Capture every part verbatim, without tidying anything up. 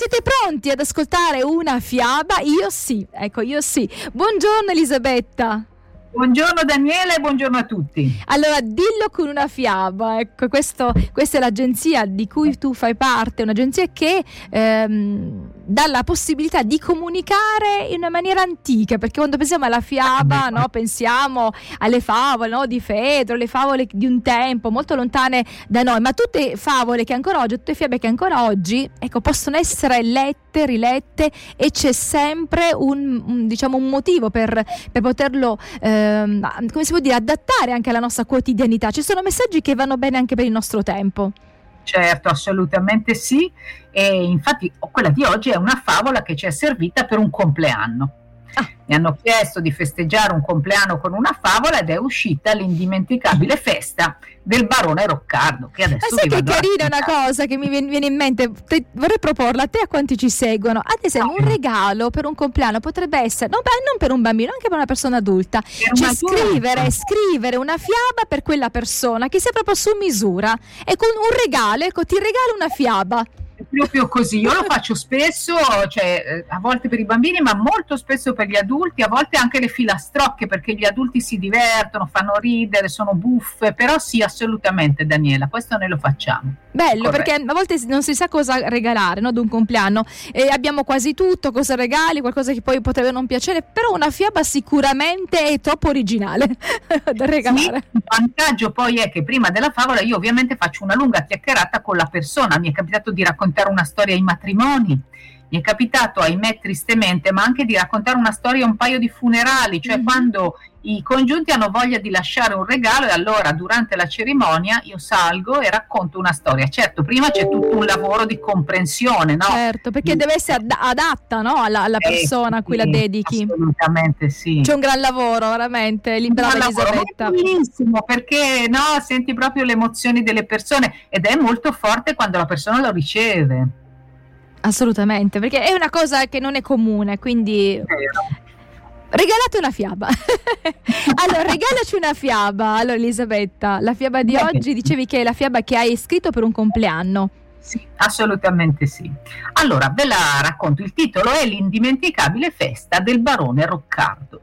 siete pronti ad ascoltare una fiaba? Io sì, ecco, io sì. Buongiorno Elisabetta. Buongiorno Daniela e buongiorno a tutti. Allora, dillo con una fiaba, ecco, questo, questa è l'agenzia di cui tu fai parte, un'agenzia che ehm, dà la possibilità di comunicare in una maniera antica, perché quando pensiamo alla fiaba, no, pensiamo alle favole, no, di Fedro, le favole di un tempo molto lontane da noi, ma tutte favole che ancora oggi, tutte fiabe che ancora oggi, ecco, possono essere lette, rilette, e c'è sempre un, un diciamo un motivo per, per poterlo eh, come si può dire, adattare anche alla nostra quotidianità. Ci sono messaggi che vanno bene anche per il nostro tempo. Certo, assolutamente sì, e infatti quella di oggi è una favola che ci è servita per un compleanno. Ah. Mi hanno chiesto di festeggiare un compleanno con una favola ed è uscita l'indimenticabile festa del barone Roccardo, che adesso Ma sai vi che vado a carina una raccontare. cosa che mi viene in mente, te, vorrei proporla a te e a quanti ci seguono. Ad esempio, un regalo per un compleanno potrebbe essere, no, beh, non per un bambino, anche per una persona adulta, Per cioè una scrivere, adulta. scrivere una fiaba per quella persona che sia proprio su misura, e con un regalo, ecco, ti regalo una fiaba. È proprio così, io lo faccio spesso, cioè eh, a volte per i bambini, ma molto spesso per gli adulti, a volte anche le filastrocche, perché gli adulti si divertono, fanno ridere, sono buffe, però sì, assolutamente Daniela, questo noi lo facciamo. Bello, Corretto. perché a volte non si sa cosa regalare, no, ad un compleanno, e abbiamo quasi tutto, cosa regali, qualcosa che poi potrebbe non piacere, però una fiaba sicuramente è troppo originale da regalare. Sì, il vantaggio poi è che prima della favola io ovviamente faccio una lunga chiacchierata con la persona. Mi è capitato di raccontare una storia ai matrimoni, mi è capitato, ahimè tristemente, ma anche di raccontare una storia a un paio di funerali, cioè mm-hmm. quando i congiunti hanno voglia di lasciare un regalo, e allora durante la cerimonia io salgo e racconto una storia. Certo, prima c'è tutto un lavoro di comprensione, no? Certo, perché deve essere ad- adatta, no, alla, alla persona eh, a cui sì, la dedichi. Assolutamente sì. C'è un gran lavoro, veramente, brava Elisabetta. Bellissimo, perché no, senti proprio le emozioni delle persone, ed è molto forte quando la persona lo riceve. Assolutamente, perché è una cosa che non è comune, quindi regalate una fiaba. Allora, regalaci una fiaba. Allora Elisabetta, la fiaba di oggi dicevi che è la fiaba che hai scritto per un compleanno. Sì, assolutamente sì. Allora, ve la racconto. Il titolo è L'indimenticabile festa del barone Roccardo.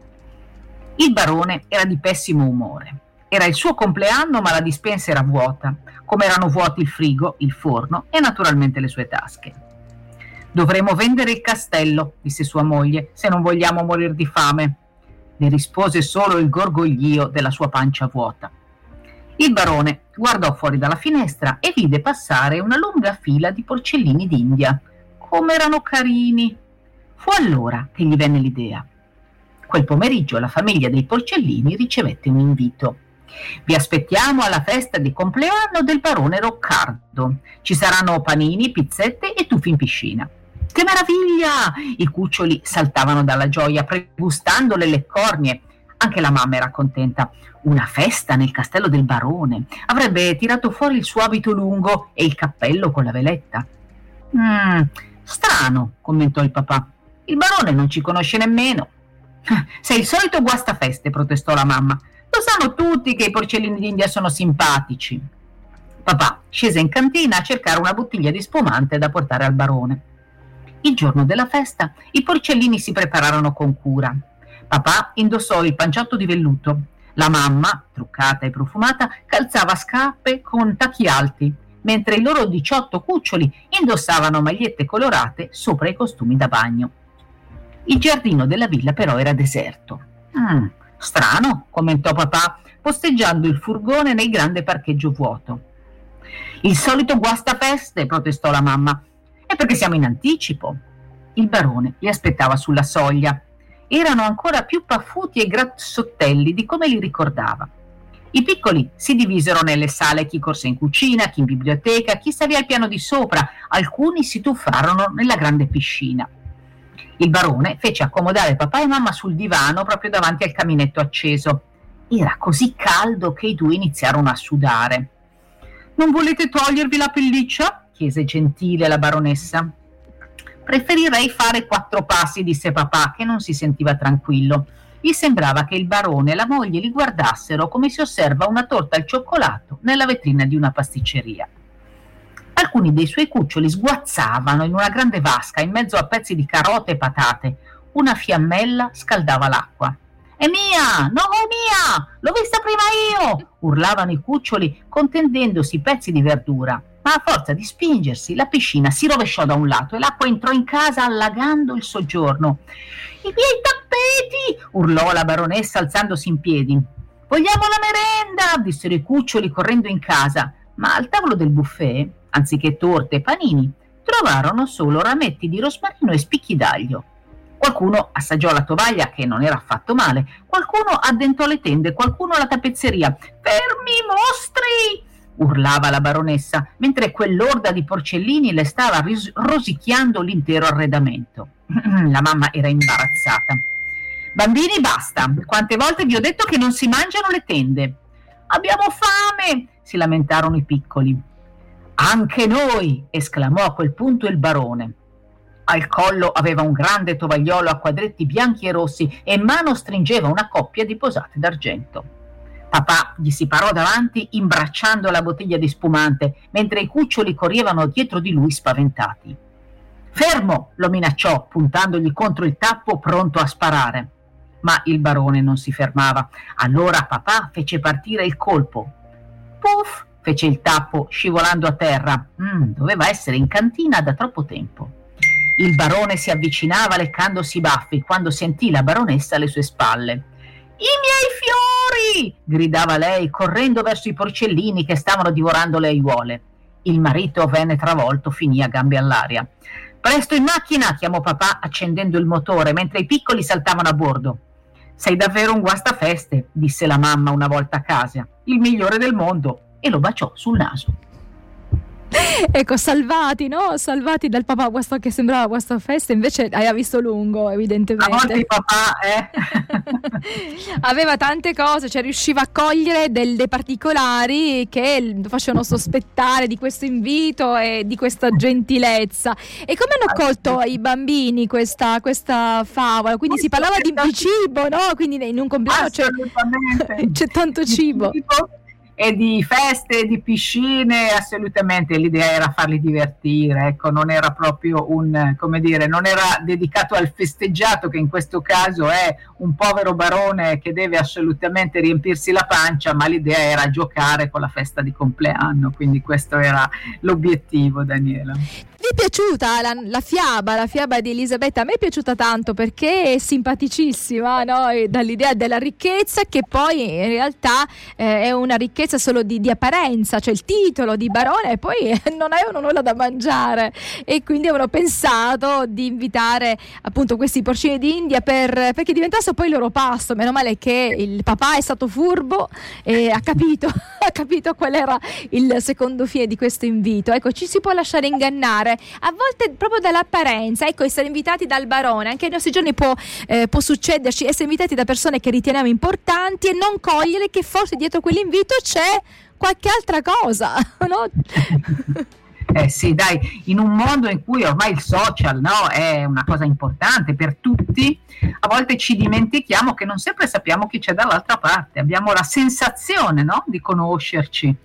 Il barone era di pessimo umore. Era il suo compleanno, ma la dispensa era vuota, come erano vuoti il frigo, il forno e naturalmente le sue tasche. Dovremo vendere il castello, disse sua moglie, se non vogliamo morir di fame. Le rispose solo il gorgoglio della sua pancia vuota. Il barone guardò fuori dalla finestra e vide passare una lunga fila di porcellini d'India. Come erano carini! Fu allora che gli venne l'idea. Quel pomeriggio la famiglia dei porcellini ricevette un invito. Vi aspettiamo alla festa di compleanno del barone Roccardo. Ci saranno panini, pizzette e tuffi in piscina. Che meraviglia! I cuccioli saltavano dalla gioia, pregustando le cornie. Anche la mamma era contenta. Una festa nel castello del barone. Avrebbe tirato fuori il suo abito lungo e il cappello con la veletta. Mm, strano, commentò il papà. Il barone non ci conosce nemmeno. Sei il solito guastafeste, protestò la mamma. Lo sanno tutti che i porcellini d'India sono simpatici. Papà scese in cantina a cercare una bottiglia di spumante da portare al barone. Il giorno della festa i porcellini si prepararono con cura. Papà indossò il panciotto di velluto. La mamma, truccata e profumata, calzava scarpe con tacchi alti, mentre i loro diciotto cuccioli indossavano magliette colorate sopra i costumi da bagno. Il giardino della villa però era deserto. Mm, strano, commentò papà, posteggiando il furgone nel grande parcheggio vuoto. Il solito guastafeste, protestò la mamma. È perché siamo in anticipo. Il barone li aspettava sulla soglia. Erano ancora più paffuti e grassottelli di come li ricordava. I piccoli si divisero nelle sale, chi corse in cucina, chi in biblioteca, chi salì al piano di sopra, alcuni si tuffarono nella grande piscina. Il barone fece accomodare papà e mamma sul divano proprio davanti al caminetto acceso. Era così caldo che i due iniziarono a sudare. «Non volete togliervi la pelliccia?» chiese gentile la baronessa. «Preferirei fare quattro passi», disse papà, che non si sentiva tranquillo. Gli sembrava che il barone e la moglie li guardassero come si osserva una torta al cioccolato nella vetrina di una pasticceria. Alcuni dei suoi cuccioli sguazzavano in una grande vasca in mezzo a pezzi di carote e patate. Una fiammella scaldava l'acqua. «È mia! No, è mia! L'ho vista prima io!» urlavano i cuccioli contendendosi pezzi di verdura. Ma a forza di spingersi, la piscina si rovesciò da un lato e l'acqua entrò in casa allagando il soggiorno. «I miei tappeti!» urlò la baronessa alzandosi in piedi. «Vogliamo la merenda!» dissero i cuccioli correndo in casa, ma al tavolo del buffet, anziché torte e panini, trovarono solo rametti di rosmarino e spicchi d'aglio. Qualcuno assaggiò la tovaglia, che non era affatto male, qualcuno addentò le tende, qualcuno la tappezzeria. «Fermi, mostri!» urlava la baronessa, mentre quell'orda di porcellini le stava ris- rosicchiando l'intero arredamento. La mamma era imbarazzata. «Bambini, basta! Quante volte vi ho detto che non si mangiano le tende?» «Abbiamo fame!» si lamentarono i piccoli. «Anche noi!» esclamò a quel punto il barone. Al collo aveva un grande tovagliolo a quadretti bianchi e rossi e in mano stringeva una coppia di posate d'argento. Papà gli si parò davanti imbracciando la bottiglia di spumante, mentre i cuccioli correvano dietro di lui spaventati. «Fermo!» lo minacciò, puntandogli contro il tappo pronto a sparare. Ma il barone non si fermava. Allora papà fece partire il colpo. Puff! Fece il tappo scivolando a terra. Mm, doveva essere in cantina da troppo tempo. Il barone si avvicinava leccandosi i baffi quando sentì la baronessa alle sue spalle. «I miei fiori!» gridava lei, correndo verso i porcellini che stavano divorando le aiuole. Il marito venne travolto, finì a gambe all'aria. «Presto in macchina!» chiamò papà accendendo il motore, mentre i piccoli saltavano a bordo. «Sei davvero un guastafeste», disse la mamma una volta a casa. «Il migliore del mondo!» e lo baciò sul naso. Ecco, salvati, no? Salvati dal papà, questo che sembrava questa festa, invece aveva visto lungo, evidentemente. A volte il papà, eh? Aveva tante cose, cioè riusciva a cogliere del, dei particolari che lo facevano sospettare di questo invito e di questa gentilezza. E come hanno colto i bambini questa, questa favola? Quindi si parlava di, di cibo, no? Quindi in un compleanno c'è, c'è tanto cibo. E di feste, di piscine, assolutamente l'idea era farli divertire, ecco, non era proprio un, come dire, non era dedicato al festeggiato, che in questo caso è un povero barone che deve assolutamente riempirsi la pancia, ma l'idea era giocare con la festa di compleanno, quindi questo era l'obiettivo, Daniela. Vi è piaciuta la, la fiaba, la fiaba di Elisabetta? A me è piaciuta tanto perché è simpaticissima, no? E dall'idea della ricchezza, che poi in realtà eh, è una ricchezza solo di, di apparenza, cioè il titolo di barone, e poi eh, non avevano nulla da mangiare e quindi avevano pensato di invitare appunto questi porcini d'India per, perché diventasse poi il loro pasto. Meno male che il papà è stato furbo e ha capito, ha capito qual era il secondo fine di questo invito. Ecco, ci si può lasciare ingannare a volte proprio dall'apparenza, ecco, essere invitati dal barone. Anche ai nostri giorni può, eh, può succederci essere invitati da persone che riteniamo importanti e non cogliere che forse dietro quell'invito c'è qualche altra cosa, no? Eh sì, dai, in un mondo in cui ormai il social, no, è una cosa importante per tutti, a volte ci dimentichiamo che non sempre sappiamo chi c'è dall'altra parte, abbiamo la sensazione, no, di conoscerci.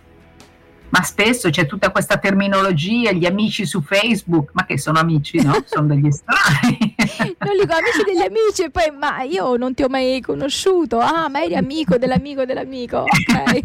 Ma spesso c'è tutta questa terminologia, gli amici su Facebook, ma che sono amici, no? Sono degli estranei. Non dico amici degli amici e poi, ma io non ti ho mai conosciuto. Ah, ma eri amico dell'amico dell'amico, ok.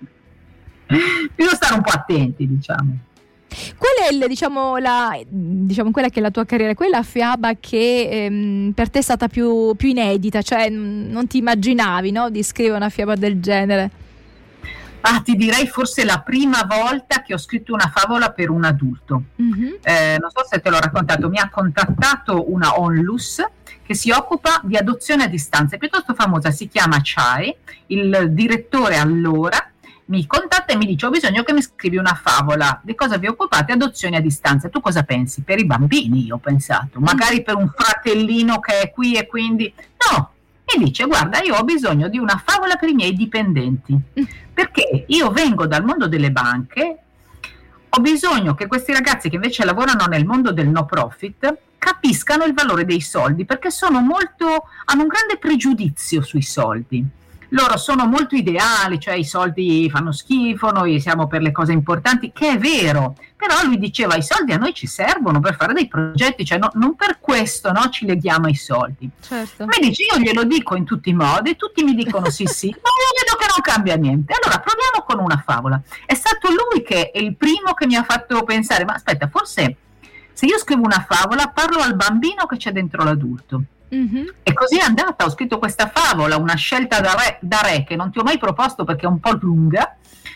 Bisogna stare un po' attenti, diciamo. Qual è il, diciamo, la, diciamo, quella che è la tua carriera, quella fiaba che ehm, per te è stata più, più inedita, cioè n- non ti immaginavi, no, di scrivere una fiaba del genere? Ah, ti direi forse la prima volta che ho scritto una favola per un adulto. Mm-hmm. Eh, non so se te l'ho raccontato, mi ha contattato una onlus che si occupa di adozione a distanza, è piuttosto famosa, si chiama Chai. Il direttore allora mi contatta e mi dice: ho bisogno che mi scrivi una favola, di cosa vi occupate? Adozioni a distanza. Tu cosa pensi? Per i bambini, io ho pensato, magari per un fratellino che è qui e quindi no. E dice: guarda, io ho bisogno di una favola per i miei dipendenti, perché io vengo dal mondo delle banche, ho bisogno che questi ragazzi che invece lavorano nel mondo del no profit capiscano il valore dei soldi, perché sono molto, hanno un grande pregiudizio sui soldi. loro sono molto ideali, cioè i soldi fanno schifo, noi siamo per le cose importanti, che è vero, però lui diceva i soldi a noi ci servono per fare dei progetti, cioè no, non per questo, no, ci leghiamo ai soldi. Certo. Mi dice, io glielo dico in tutti i modi, tutti mi dicono sì sì, ma io vedo che non cambia niente. Allora proviamo con una favola. È stato lui che è il primo che mi ha fatto pensare, ma aspetta, forse se io scrivo una favola parlo al bambino che c'è dentro l'adulto. Mm-hmm. E così è andata, ho scritto questa favola, una scelta da re, da re che non ti ho mai proposto perché è un po' lunga,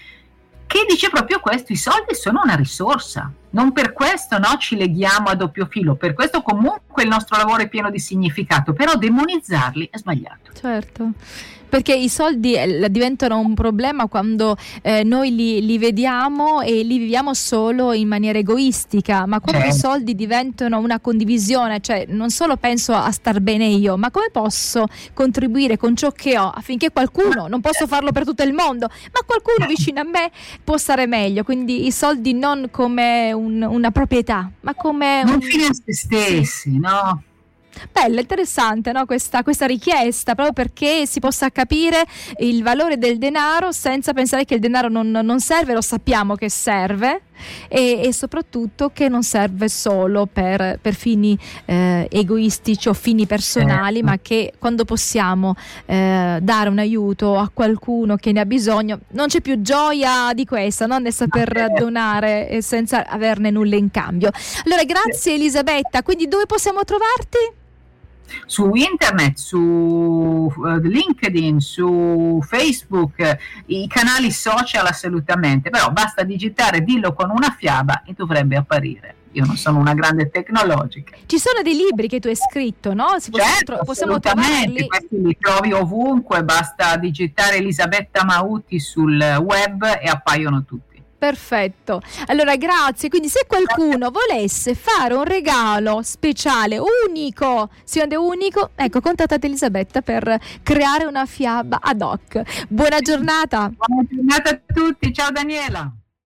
che dice proprio questo: i soldi sono una risorsa, non per questo, no, ci leghiamo a doppio filo, per questo comunque il nostro lavoro è pieno di significato, però demonizzarli è sbagliato. Certo, perché i soldi eh, diventano un problema quando eh, noi li, li vediamo e li viviamo solo in maniera egoistica, ma quando certo. i soldi diventano una condivisione, cioè non solo penso a star bene io, ma come posso contribuire con ciò che ho affinché qualcuno, non posso farlo per tutto il mondo, ma qualcuno vicino a me può stare meglio, quindi i soldi non come un, una proprietà, ma come non un fine a se stessi, no? Bella, interessante, no? questa, questa richiesta, proprio perché si possa capire il valore del denaro senza pensare che il denaro non, non serve, lo sappiamo che serve, e, e soprattutto che non serve solo per, per fini eh, egoistici o fini personali, certo. ma che quando possiamo eh, dare un aiuto a qualcuno che ne ha bisogno, non c'è più gioia di questa, no? Nel saper donare e senza averne nulla in cambio. Allora, grazie Elisabetta, quindi dove possiamo trovarti? Su internet, su uh, LinkedIn, su Facebook, i canali social assolutamente, però basta digitare dillo con una fiaba e dovrebbe apparire. Io non sono una grande tecnologica. Ci sono dei libri che tu hai scritto, no? Si certo, tro- possiamo trovarli. Questi li trovi ovunque, basta digitare Elisabetta Mauti sul web e appaiono tutti. Perfetto, allora grazie. Quindi se qualcuno volesse fare un regalo speciale, unico, signore unico, ecco, contattate Elisabetta per creare una fiaba ad hoc. Buona giornata. Buona giornata a tutti, ciao Daniela.